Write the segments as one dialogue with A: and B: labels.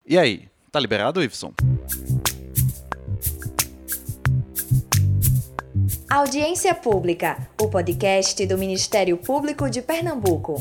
A: E aí, tá liberado, Iveson?
B: Audiência Pública, o podcast do Ministério Público de Pernambuco.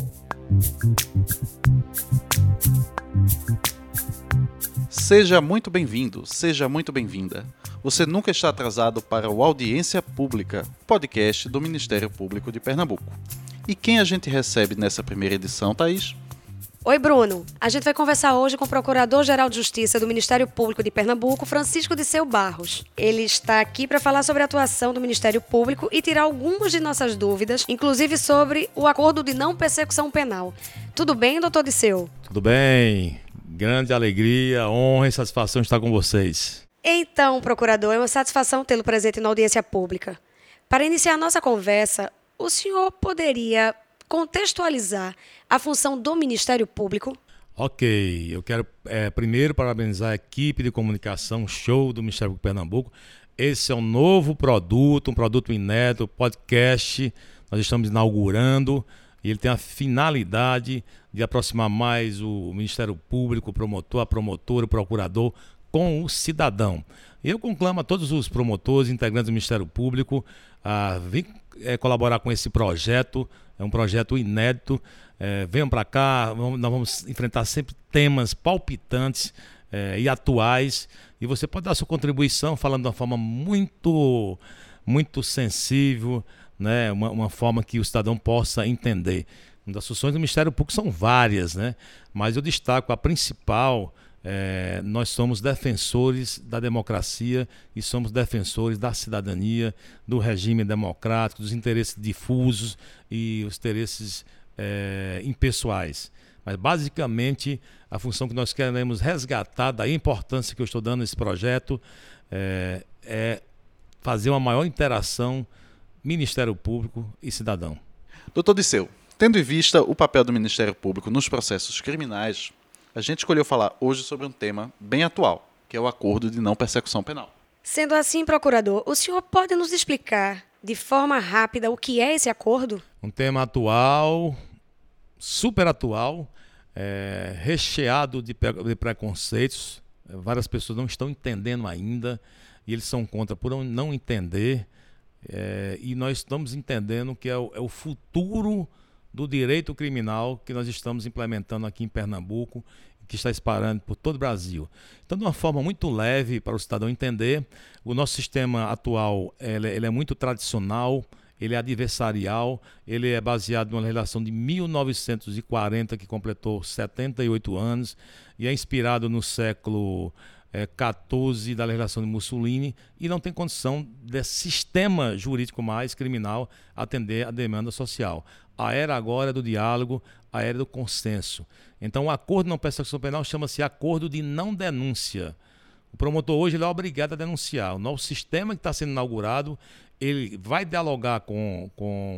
A: Seja muito bem-vindo, seja muito bem-vinda. Você nunca está atrasado para o Audiência Pública, podcast do Ministério Público de Pernambuco. E quem a gente recebe nessa primeira edição, Thaís?
C: Oi, Bruno. A gente vai conversar hoje com o Procurador-Geral de Justiça do Ministério Público de Pernambuco, Francisco Disseu Barros. Ele está aqui para falar sobre a atuação do Ministério Público e tirar algumas de nossas dúvidas, inclusive sobre o acordo de não persecução penal. Tudo bem, doutor Disseu?
D: Tudo bem. Grande alegria, honra e satisfação estar com vocês.
C: Então, procurador, é uma satisfação tê-lo presente na audiência pública. Para iniciar a nossa conversa, o senhor poderia contextualizar a função do Ministério Público?
D: Ok, eu quero primeiro parabenizar a equipe de comunicação show do Ministério Público de Pernambuco. Esse é um novo produto, um produto inédito, podcast, nós estamos inaugurando e ele tem a finalidade de aproximar mais o Ministério Público, o promotor, a promotora, o procurador com o cidadão. Eu conclamo a todos os promotores, integrantes do Ministério Público, a vir colaborar com esse projeto. É um projeto inédito. Venham para cá, nós vamos enfrentar sempre temas palpitantes e atuais. E você pode dar sua contribuição falando de uma forma muito, muito sensível, né? Uma forma que o cidadão possa entender. Uma das funções do Ministério Público são várias, né? Mas eu destaco a principal. Nós somos defensores da democracia e somos defensores da cidadania, do regime democrático, dos interesses difusos e os interesses impessoais. Mas basicamente a função que nós queremos resgatar, da importância que eu estou dando nesse projeto, é fazer uma maior interação Ministério Público e cidadão.
A: Doutor Disseu, tendo em vista o papel do Ministério Público nos processos criminais, a gente escolheu falar hoje sobre um tema bem atual, que é o acordo de não persecução penal.
C: Sendo assim, procurador, o senhor pode nos explicar de forma rápida o que é esse acordo?
D: Um tema atual, super atual, recheado de preconceitos. Várias pessoas não estão entendendo ainda e eles são contra por não entender. E nós estamos entendendo que é o futuro do direito criminal que nós estamos implementando aqui em Pernambuco, que está espalhando por todo o Brasil. Então, de uma forma muito leve para o cidadão entender, o nosso sistema atual ele é muito tradicional, ele é adversarial, ele é baseado numa legislação de 1940, que completou 78 anos, e é inspirado no século 14 da legislação de Mussolini, e não tem condição desse sistema jurídico mais criminal atender a demanda social. A era agora é do diálogo, a era do consenso. Então o acordo de não persecução penal chama-se acordo de não denúncia. O promotor hoje ele é obrigado a denunciar. O novo sistema que está sendo inaugurado, ele vai dialogar com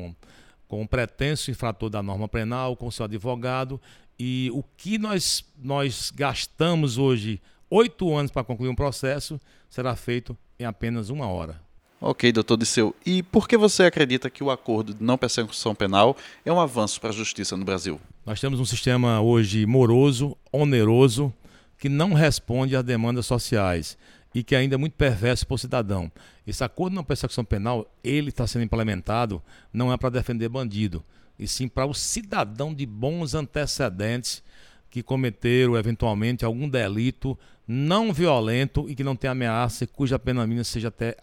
D: o pretenso infrator da norma penal, com o seu advogado, e o que nós gastamos hoje 8 anos para concluir um processo, será feito em apenas 1 hora.
A: Ok, doutor Disseu. E por que você acredita que o acordo de não persecução penal é um avanço para a justiça no Brasil?
D: Nós temos um sistema hoje moroso, oneroso, que não responde às demandas sociais e que ainda é muito perverso para o cidadão. Esse acordo de não persecução penal, ele está sendo implementado, não é para defender bandido, e sim para o cidadão de bons antecedentes que cometeram eventualmente algum delito não violento e que não tem ameaça e cuja pena mínima seja até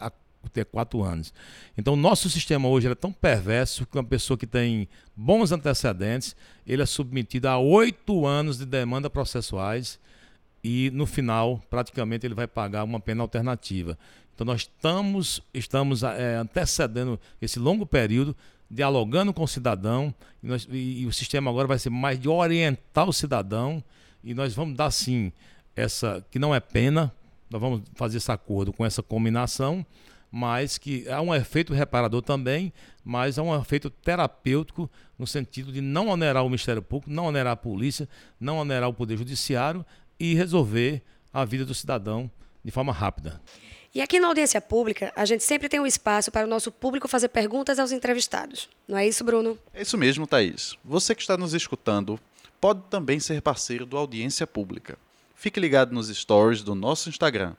D: 4 anos. Então o nosso sistema hoje é tão perverso que uma pessoa que tem bons antecedentes, ele é submetido a 8 anos de demanda processuais e no final praticamente ele vai pagar uma pena alternativa. Então nós estamos antecedendo esse longo período, dialogando com o cidadão, e o sistema agora vai ser mais de orientar o cidadão, e nós vamos dar sim essa, que não é pena, nós vamos fazer esse acordo com essa combinação, mas que há um efeito reparador também, mas há um efeito terapêutico no sentido de não onerar o Ministério Público, não onerar a polícia, não onerar o Poder Judiciário e resolver a vida do cidadão de forma rápida.
C: E aqui na audiência pública, a gente sempre tem um espaço para o nosso público fazer perguntas aos entrevistados. Não é isso, Bruno?
A: É isso mesmo, Thaís. Você que está nos escutando pode também ser parceiro do Audiência Pública. Fique ligado nos stories do nosso Instagram,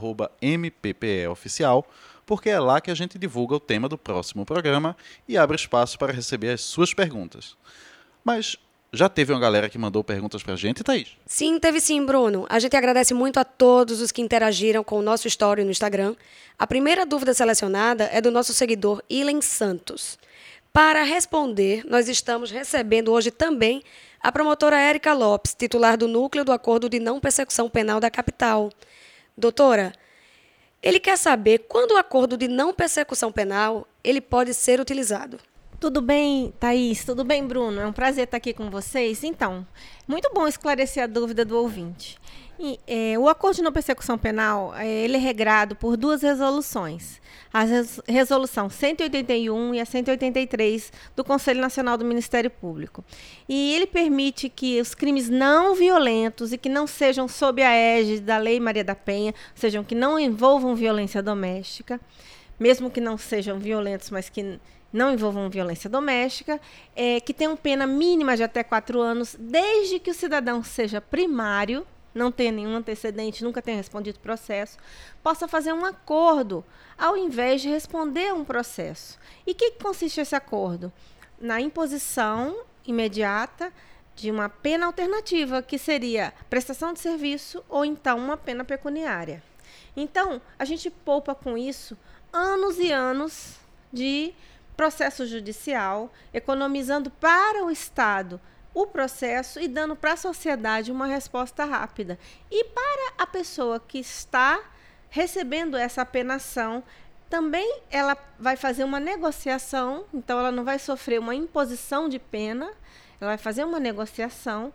A: @MPPEOficial, porque é lá que a gente divulga o tema do próximo programa e abre espaço para receber as suas perguntas. Mas já teve uma galera que mandou perguntas pra gente, Thaís?
C: Sim, teve sim, Bruno. A gente agradece muito a todos os que interagiram com o nosso story no Instagram. A primeira dúvida selecionada é do nosso seguidor Ilen Santos. Para responder, nós estamos recebendo hoje também a promotora Érica Lopes, titular do Núcleo do Acordo de Não Persecução Penal da capital. Doutora, ele quer saber quando o acordo de não persecução penal ele pode ser utilizado.
E: Tudo bem, Thaís? Tudo bem, Bruno? É um prazer estar aqui com vocês. Então, muito bom esclarecer a dúvida do ouvinte. O Acordo de Não Persecução Penal ele é regrado por duas resoluções. A Resolução 181 e a 183 do Conselho Nacional do Ministério Público. E ele permite que os crimes não violentos e que não sejam sob a égide da Lei Maria da Penha, ou seja, que não envolvam violência doméstica, mesmo que não sejam violentos, mas que não envolvam violência doméstica, que tenham pena mínima de até 4 anos, desde que o cidadão seja primário, não tenha nenhum antecedente, nunca tenha respondido processo, possa fazer um acordo, ao invés de responder a um processo. E o que consiste esse acordo? Na imposição imediata de uma pena alternativa, que seria prestação de serviço ou então uma pena pecuniária. Então, a gente poupa com isso anos e anos de processo judicial, economizando para o Estado o processo e dando para a sociedade uma resposta rápida. E para a pessoa que está recebendo essa apenação, também ela vai fazer uma negociação, então ela não vai sofrer uma imposição de pena, ela vai fazer uma negociação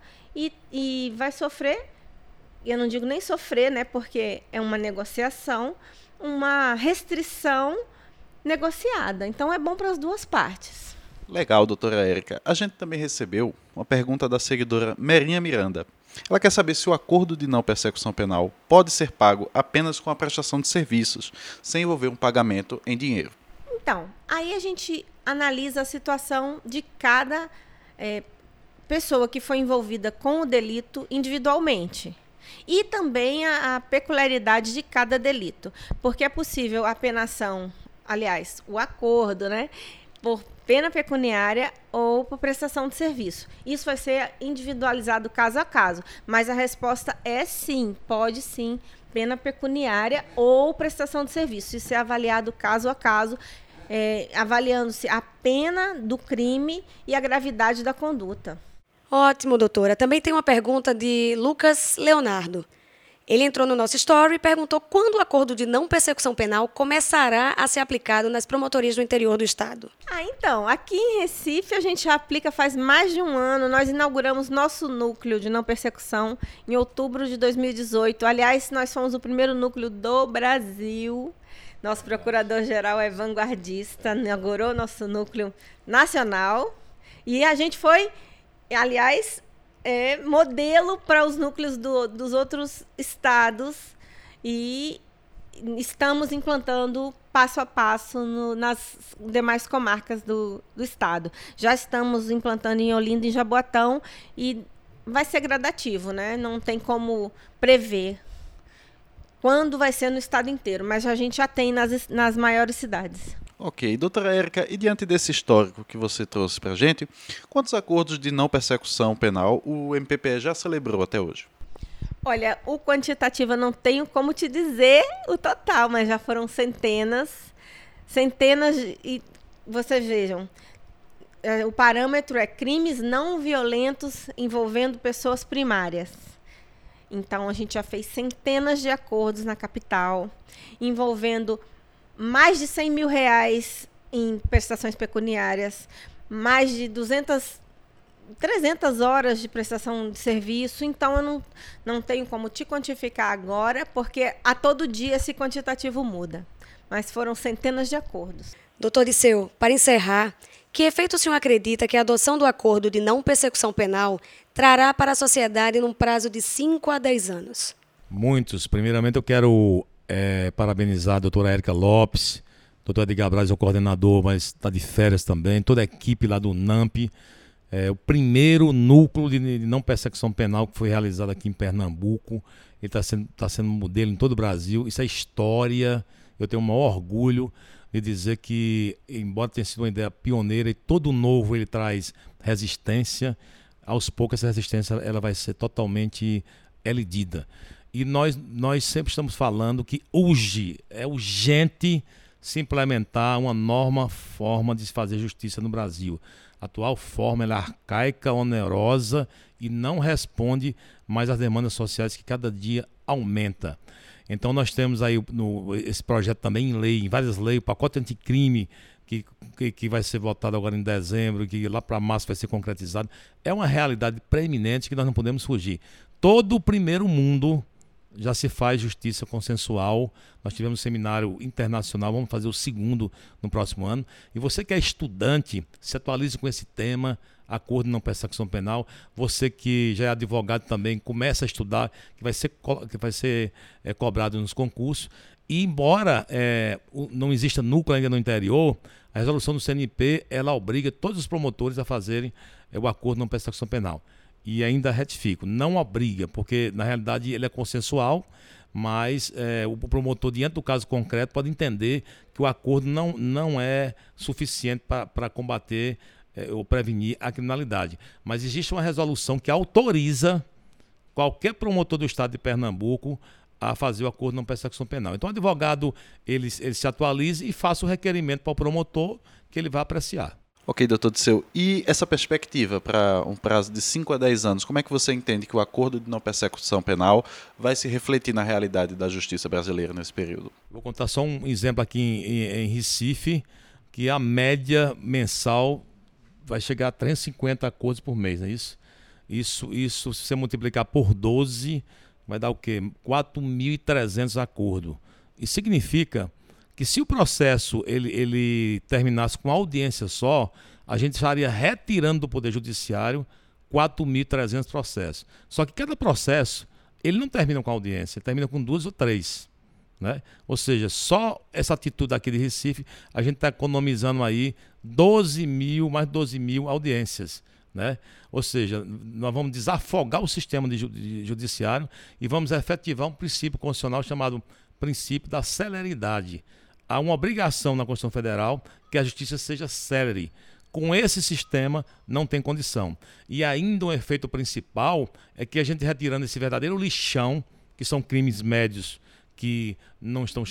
E: e vai sofrer, eu não digo nem sofrer, né, porque é uma negociação, uma restrição negociada. Então, é bom para as duas partes.
A: Legal, doutora Érica. A gente também recebeu uma pergunta da seguidora Merinha Miranda. Ela quer saber se o acordo de não persecução penal pode ser pago apenas com a prestação de serviços, sem envolver um pagamento em dinheiro.
E: Então, aí a gente analisa a situação de cada pessoa que foi envolvida com o delito individualmente. E também a peculiaridade de cada delito. Porque é possível a apenação, aliás, o acordo, né, por pena pecuniária ou por prestação de serviço. Isso vai ser individualizado caso a caso, mas a resposta é sim, pode sim, pena pecuniária ou prestação de serviço. Isso é avaliado caso a caso, avaliando-se a pena do crime e a gravidade da conduta.
C: Ótimo, doutora. Também tem uma pergunta de Lucas Leonardo. Ele entrou no nosso story e perguntou quando o acordo de não persecução penal começará a ser aplicado nas promotorias do interior do estado.
E: Então, aqui em Recife a gente já aplica faz mais de um ano. Nós inauguramos nosso núcleo de não persecução em outubro de 2018. Aliás, nós fomos o primeiro núcleo do Brasil. Nosso procurador-geral é vanguardista, inaugurou nosso núcleo nacional. E a gente foi, aliás, modelo para os núcleos dos outros estados e estamos implantando passo a passo nas demais comarcas do estado. Já estamos implantando em Olinda e em Jaboatão e vai ser gradativo, né? Não tem como prever quando vai ser no estado inteiro, mas a gente já tem nas maiores cidades.
A: Ok, doutora Érica, e diante desse histórico que você trouxe para a gente, quantos acordos de não persecução penal o MPPE já celebrou até hoje?
E: Olha, o quantitativo eu não tenho como te dizer o total, mas já foram centenas e vocês vejam, o parâmetro é crimes não violentos envolvendo pessoas primárias. Então, a gente já fez centenas de acordos na capital, envolvendo mais de R$100 mil em prestações pecuniárias, mais de 300 horas de prestação de serviço. Então, eu não tenho como te quantificar agora, porque a todo dia esse quantitativo muda. Mas foram centenas de acordos.
C: Doutor Disseu, para encerrar, que efeito o senhor acredita que a adoção do acordo de não persecução penal trará para a sociedade num prazo de 5 a 10 anos?
D: Muitos. Primeiramente, eu quero parabenizar a doutora Érica Lopes. Doutor Edgar Braz é o coordenador, mas está de férias também. Toda a equipe lá do NAMP. o primeiro núcleo de não persecução penal que foi realizado aqui em Pernambuco. Ele está sendo modelo em todo o Brasil. Isso é história. Eu tenho o maior orgulho de dizer que, embora tenha sido uma ideia pioneira, e todo novo ele traz resistência, aos poucos essa resistência ela vai ser totalmente elidida. E nós sempre estamos falando que hoje é urgente se implementar uma forma de se fazer justiça no Brasil. A atual forma ela é arcaica, onerosa e não responde mais às demandas sociais que cada dia aumenta. Então nós temos aí esse projeto também em lei, em várias leis, o pacote anticrime que vai ser votado agora em dezembro, que lá para março vai ser concretizado. É uma realidade preeminente que nós não podemos fugir. Todo o primeiro mundo já se faz justiça consensual. Nós tivemos um seminário internacional, vamos fazer o segundo no próximo ano. E você que é estudante, se atualize com esse tema, acordo de não persecução penal. Você que já é advogado também, comece a estudar, que vai ser cobrado nos concursos. E embora não exista núcleo ainda no interior, a resolução do CNP, ela obriga todos os promotores a fazerem o acordo de não persecução penal. E ainda retifico, não obriga, porque na realidade ele é consensual, mas o promotor, diante do caso concreto, pode entender que o acordo não é suficiente para combater ou prevenir a criminalidade. Mas existe uma resolução que autoriza qualquer promotor do estado de Pernambuco a fazer o acordo de não persecução penal. Então o advogado ele se atualize e faça o requerimento para o promotor que ele vai apreciar.
A: Ok, doutor Disseu. E essa perspectiva para um prazo de 5 a 10 anos, como é que você entende que o acordo de não persecução penal vai se refletir na realidade da justiça brasileira nesse período?
D: Vou contar só um exemplo aqui em Recife, que a média mensal vai chegar a 350 acordos por mês, não é isso? Isso, se você multiplicar por 12, vai dar o quê? 4.300 acordos. Isso significa que se o processo ele terminasse com audiência só, a gente estaria retirando do Poder Judiciário 4.300 processos. Só que cada processo, ele não termina com audiência, ele termina com 2 ou 3. Né? Ou seja, só essa atitude aqui de Recife, a gente está economizando aí mais de 12 mil audiências. Né? Ou seja, nós vamos desafogar o sistema de judiciário e vamos efetivar um princípio constitucional chamado princípio da celeridade. Há uma obrigação na Constituição Federal que a justiça seja célere. Com esse sistema não tem condição. E ainda um efeito principal é que a gente retirando esse verdadeiro lixão, que são crimes médios que não estão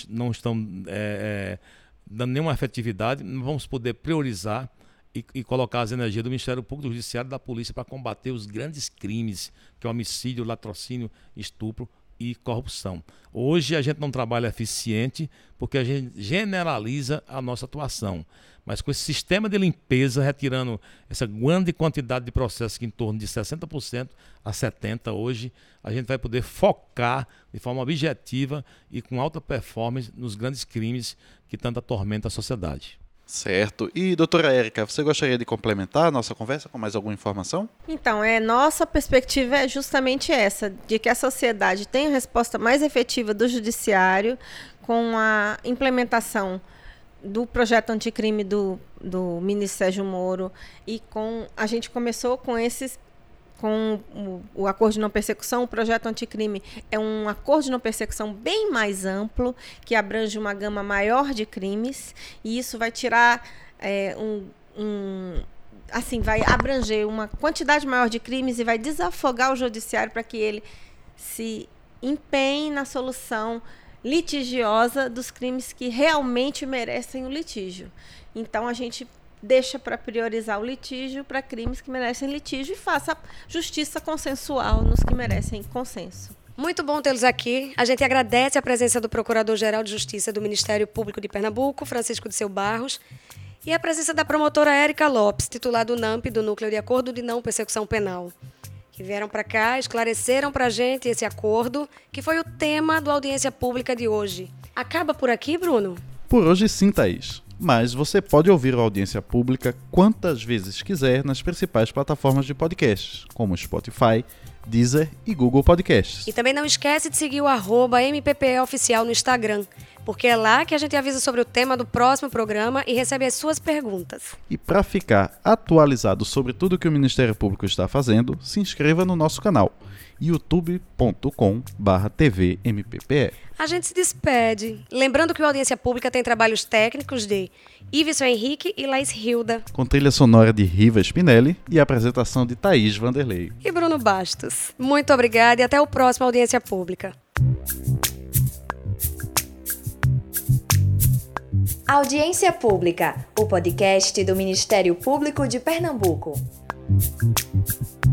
D: dando nenhuma efetividade, nós vamos poder priorizar e colocar as energias do Ministério Público, do Judiciário e da Polícia para combater os grandes crimes, que é o homicídio, latrocínio, estupro e corrupção. Hoje a gente não trabalha eficiente porque a gente generaliza a nossa atuação. Mas com esse sistema de limpeza, retirando essa grande quantidade de processos, que em torno de 60% a 70% hoje, a gente vai poder focar de forma objetiva e com alta performance nos grandes crimes que tanto atormentam a sociedade.
A: Certo. E, doutora Érica, você gostaria de complementar a nossa conversa com mais alguma informação?
E: Então, nossa perspectiva é justamente essa, de que a sociedade tenha a resposta mais efetiva do judiciário com a implementação do projeto anticrime do ministro Sérgio Moro e a gente começou com o acordo de não persecução. O projeto anticrime é um acordo de não persecução bem mais amplo, que abrange uma gama maior de crimes, e isso vai tirar vai abranger uma quantidade maior de crimes e vai desafogar o judiciário para que ele se empenhe na solução litigiosa dos crimes que realmente merecem o litígio. Então a gente deixa para priorizar o litígio para crimes que merecem litígio e faça justiça consensual nos que merecem consenso.
C: Muito bom tê-los aqui. A gente agradece a presença do Procurador-Geral de Justiça do Ministério Público de Pernambuco, Francisco Disseu Barros, e a presença da promotora Érica Lopes, titular do NAMP, do Núcleo de Acordo de Não Persecução Penal, que vieram para cá, esclareceram para a gente esse acordo, que foi o tema do Audiência Pública de hoje. Acaba por aqui, Bruno?
A: Por hoje sim, Thaís. Mas você pode ouvir a Audiência Pública quantas vezes quiser nas principais plataformas de podcasts, como Spotify, Deezer e Google Podcasts.
C: E também não esquece de seguir o @MPPEoficial no Instagram, porque é lá que a gente avisa sobre o tema do próximo programa e recebe as suas perguntas.
A: E para ficar atualizado sobre tudo que o Ministério Público está fazendo, se inscreva no nosso canal youtube.com/tvmppe.
C: A gente se despede, lembrando que o Audiência Pública tem trabalhos técnicos de Iveson Henrique e Laís Hilda.
A: Com trilha sonora de Riva Spinelli e apresentação de Thaís Vanderlei.
C: E Bruno Bastos. Muito obrigada e até o próximo Audiência Pública.
B: Audiência Pública, o podcast do Ministério Público de Pernambuco.